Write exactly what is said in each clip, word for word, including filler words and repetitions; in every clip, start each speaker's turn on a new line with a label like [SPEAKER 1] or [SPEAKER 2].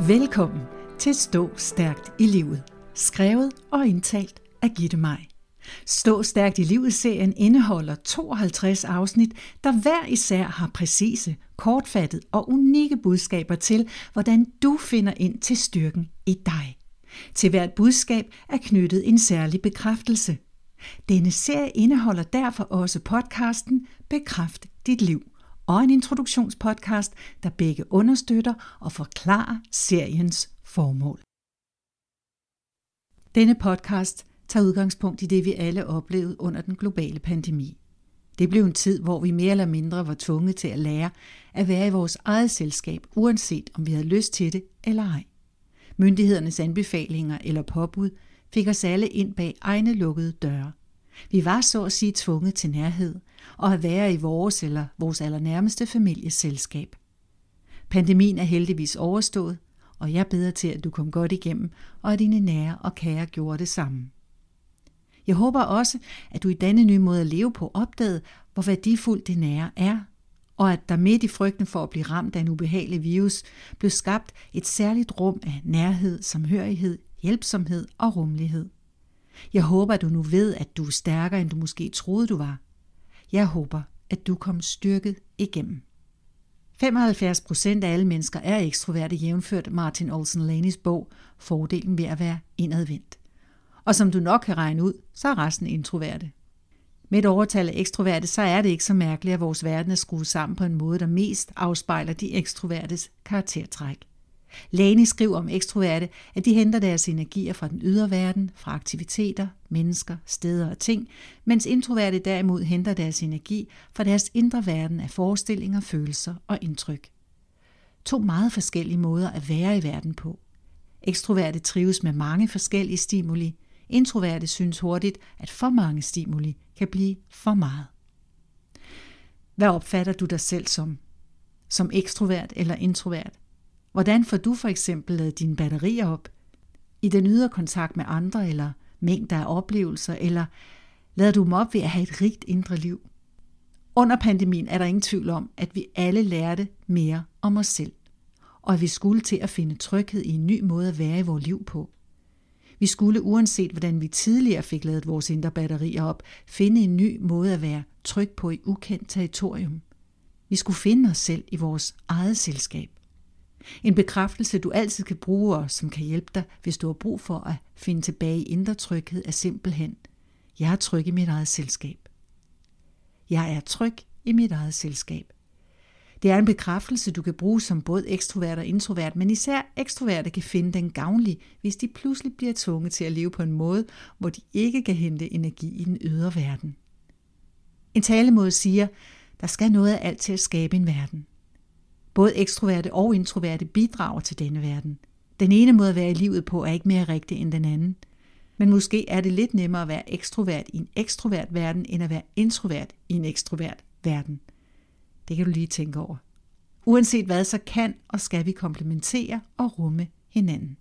[SPEAKER 1] Velkommen til Stå Stærkt i Livet, skrevet og indtalt af Gitte Maj. Stå Stærkt i Livet-serien indeholder tooghalvtreds afsnit, der hver især har præcise, kortfattet og unikke budskaber til, hvordan du finder ind til styrken i dig. Til hvert budskab er knyttet en særlig bekræftelse. Denne serie indeholder derfor også podcasten Bekræft dit liv og en introduktionspodcast, der begge understøtter og forklarer seriens formål. Denne podcast tager udgangspunkt i det, vi alle oplevede under den globale pandemi. Det blev en tid, hvor vi mere eller mindre var tvunget til at lære at være i vores eget selskab, uanset om vi havde lyst til det eller ej. Myndighedernes anbefalinger eller påbud fik os alle ind bag egne lukkede døre. Vi var så at sige tvunget til nærhed og at være i vores eller vores allernærmeste families selskab. Pandemien er heldigvis overstået, og jeg beder til, at du kom godt igennem, og at dine nære og kære gjorde det samme. Jeg håber også, at du i denne nye måde at leve på opdagede, hvor værdifuldt det nære er, og at der midt i frygten for at blive ramt af en ubehagelig virus, blev skabt et særligt rum af nærhed, samhørighed, hjælpsomhed og rummelighed. Jeg håber, at du nu ved, at du er stærkere, end du måske troede, du var. Jeg håber, at du kom styrket igennem. femoghalvfjerds procent af alle mennesker er ekstroverte, jævnført Martin Olsen-Lanys bog Fordelen ved at være indadvendt. Og som du nok kan regne ud, så er resten introverte. Med et overtal af ekstroverte, så er det ikke så mærkeligt, at vores verden er skruet sammen på en måde, der mest afspejler de ekstrovertes karaktertræk. Lany skriver om ekstroverte, at de henter deres energier fra den ydre verden, fra aktiviteter, mennesker, steder og ting, mens introverte derimod henter deres energi fra deres indre verden af forestillinger, følelser og indtryk. To meget forskellige måder at være i verden på. Ekstroverte trives med mange forskellige stimuli. Introverte synes hurtigt, at for mange stimuli kan blive for meget. Hvad opfatter du dig selv som? Som ekstrovert eller introvert? Hvordan får du for eksempel ladet dine batterier op? I den ydre kontakt med andre, eller mængder af oplevelser, eller lader du dem op ved at have et rigt indre liv? Under pandemien er der ingen tvivl om, at vi alle lærte mere om os selv, og at vi skulle til at finde tryghed i en ny måde at være i vores liv på. Vi skulle, uanset hvordan vi tidligere fik ladet vores indre batterier op, finde en ny måde at være tryg på i ukendt territorium. Vi skulle finde os selv i vores eget selskab. En bekræftelse, du altid kan bruge og som kan hjælpe dig, hvis du har brug for at finde tilbage i indre tryghed, er simpelthen: jeg er tryg i mit eget selskab. Jeg er tryg i mit eget selskab. Det er en bekræftelse, du kan bruge som både ekstrovert og introvert, men især ekstroverte kan finde den gavnlig, hvis de pludselig bliver tvunget til at leve på en måde, hvor de ikke kan hente energi i den ydre verden. En talemåde siger, der skal noget af alt til at skabe en verden. Både ekstroverte og introverte bidrager til denne verden. Den ene måde at være i livet på er ikke mere rigtig end den anden. Men måske er det lidt nemmere at være ekstrovert i en ekstrovert verden, end at være introvert i en ekstrovert verden. Det kan du lige tænke over. Uanset hvad, så kan og skal vi komplementere og rumme hinanden.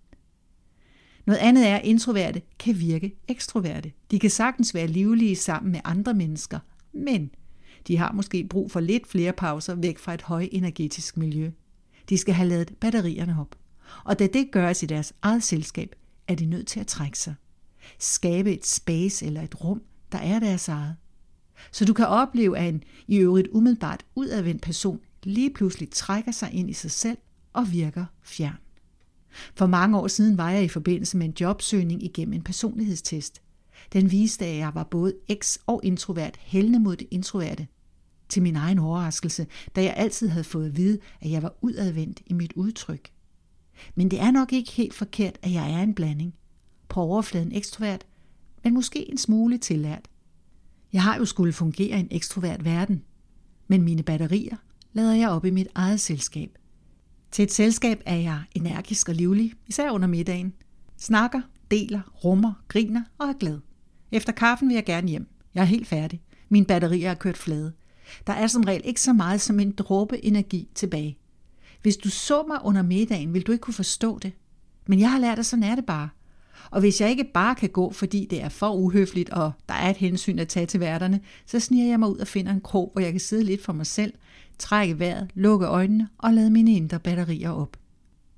[SPEAKER 1] Noget andet er, at introverte kan virke ekstroverte. De kan sagtens være livlige sammen med andre mennesker, men de har måske brug for lidt flere pauser væk fra et højenergetisk miljø. De skal have ladet batterierne op. Og da det gøres i deres eget selskab, er de nødt til at trække sig. Skabe et space eller et rum, der er deres eget. Så du kan opleve, at en i øvrigt umiddelbart udadvendt person lige pludselig trækker sig ind i sig selv og virker fjern. For mange år siden var jeg i forbindelse med en jobsøgning igennem en personlighedstest. Den viste, at jeg var både eks- og introvert, hældende mod det introverte. Til min egen overraskelse, da jeg altid havde fået at vide, at jeg var udadvendt i mit udtryk. Men det er nok ikke helt forkert, at jeg er en blanding. På overfladen ekstrovert, men måske en smule tillært. Jeg har jo skulle fungere i en ekstrovert verden, men mine batterier lader jeg op i mit eget selskab. Til et selskab er jeg energisk og livlig, især under middagen. Snakker, deler, rummer, griner og er glad. Efter kaffen vil jeg gerne hjem. Jeg er helt færdig. Mine batterier er kørt flade. Der er som regel ikke så meget som en dråbe energi tilbage. Hvis du så mig under middagen, vil du ikke kunne forstå det. Men jeg har lært, at sådan er det bare. Og hvis jeg ikke bare kan gå, fordi det er for uhøfligt, og der er et hensyn at tage til værterne, så sniger jeg mig ud og finder en krog, hvor jeg kan sidde lidt for mig selv, trække vejret, lukke øjnene og lade mine indre batterier op.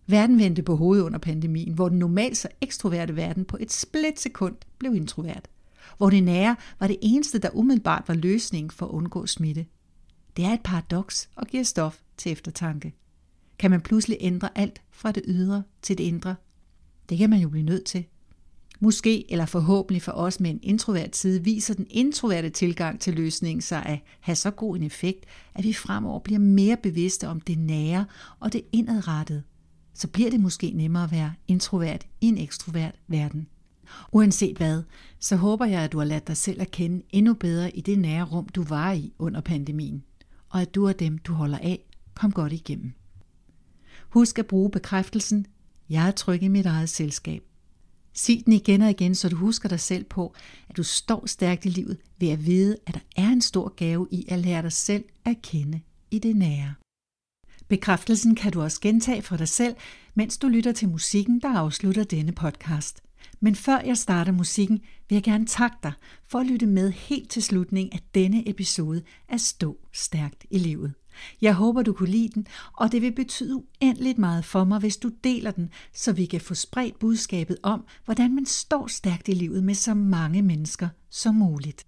[SPEAKER 1] Verden vendte på hovedet under pandemien, hvor den normalt så ekstroverte verden på et splitsekund blev introvert. Hvor det nære var det eneste, der umiddelbart var løsningen for at undgå smitte. Det er et paradoks og giver stof til eftertanke. Kan man pludselig ændre alt fra det ydre til det indre? Det kan man jo blive nødt til. Måske eller forhåbentlig for os med en introvert side viser den introverte tilgang til løsningen sig at have så god en effekt, at vi fremover bliver mere bevidste om det nære og det indadrettede. Så bliver det måske nemmere at være introvert i en ekstrovert verden. Uanset hvad, så håber jeg, at du har ladt dig selv at kende endnu bedre i det nære rum, du var i under pandemien, og at du og dem, du holder af, kom godt igennem. Husk at bruge bekræftelsen, jeg er tryg i mit eget selskab. Sig den igen og igen, så du husker dig selv på, at du står stærkt i livet ved at vide, at der er en stor gave i at lære dig selv at kende i det nære. Bekræftelsen kan du også gentage for dig selv, mens du lytter til musikken, der afslutter denne podcast. Men før jeg starter musikken, vil jeg gerne takke dig for at lytte med helt til slutningen af denne episode af Stå Stærkt i Livet. Jeg håber, du kunne lide den, og det vil betyde uendeligt meget for mig, hvis du deler den, så vi kan få spredt budskabet om, hvordan man står stærkt i livet med så mange mennesker som muligt.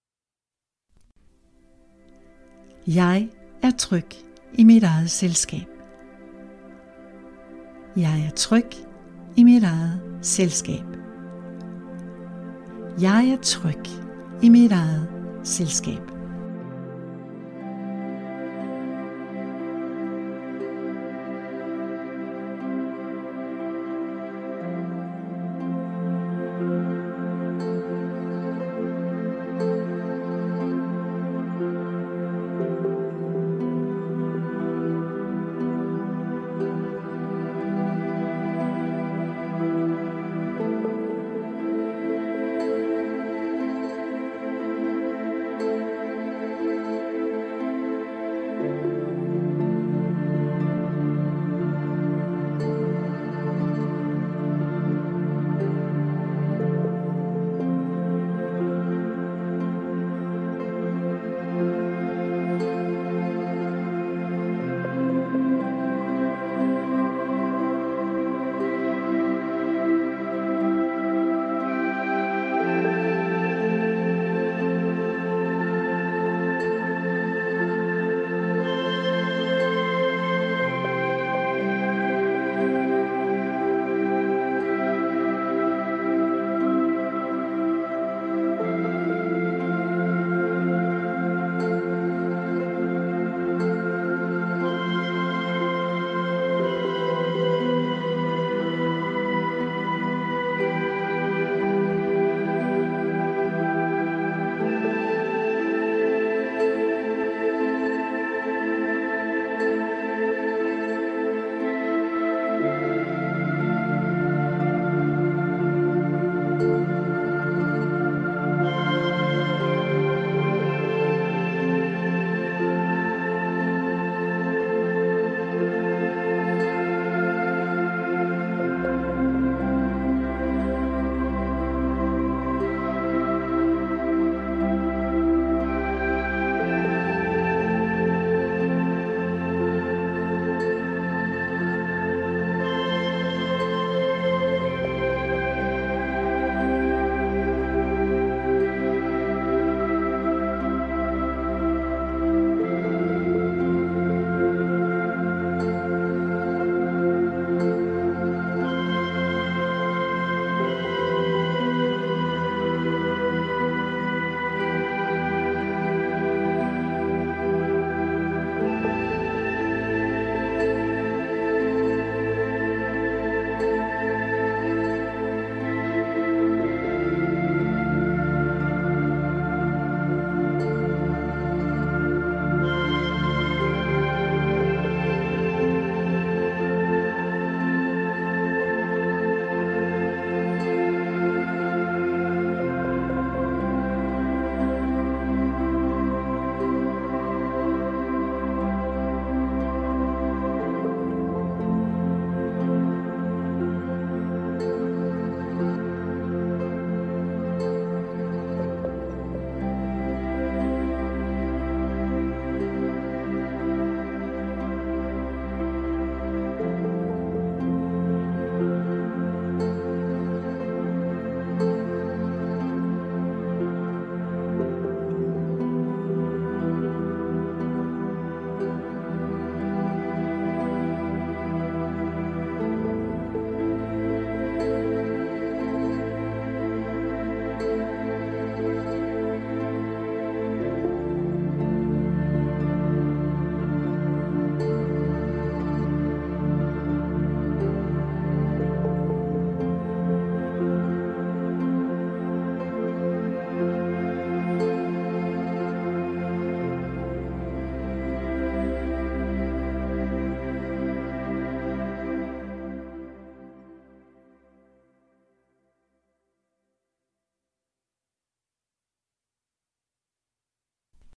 [SPEAKER 1] Jeg er tryg i mit eget selskab. Jeg er tryg i mit eget selskab. Jeg er tryg i mit eget selskab.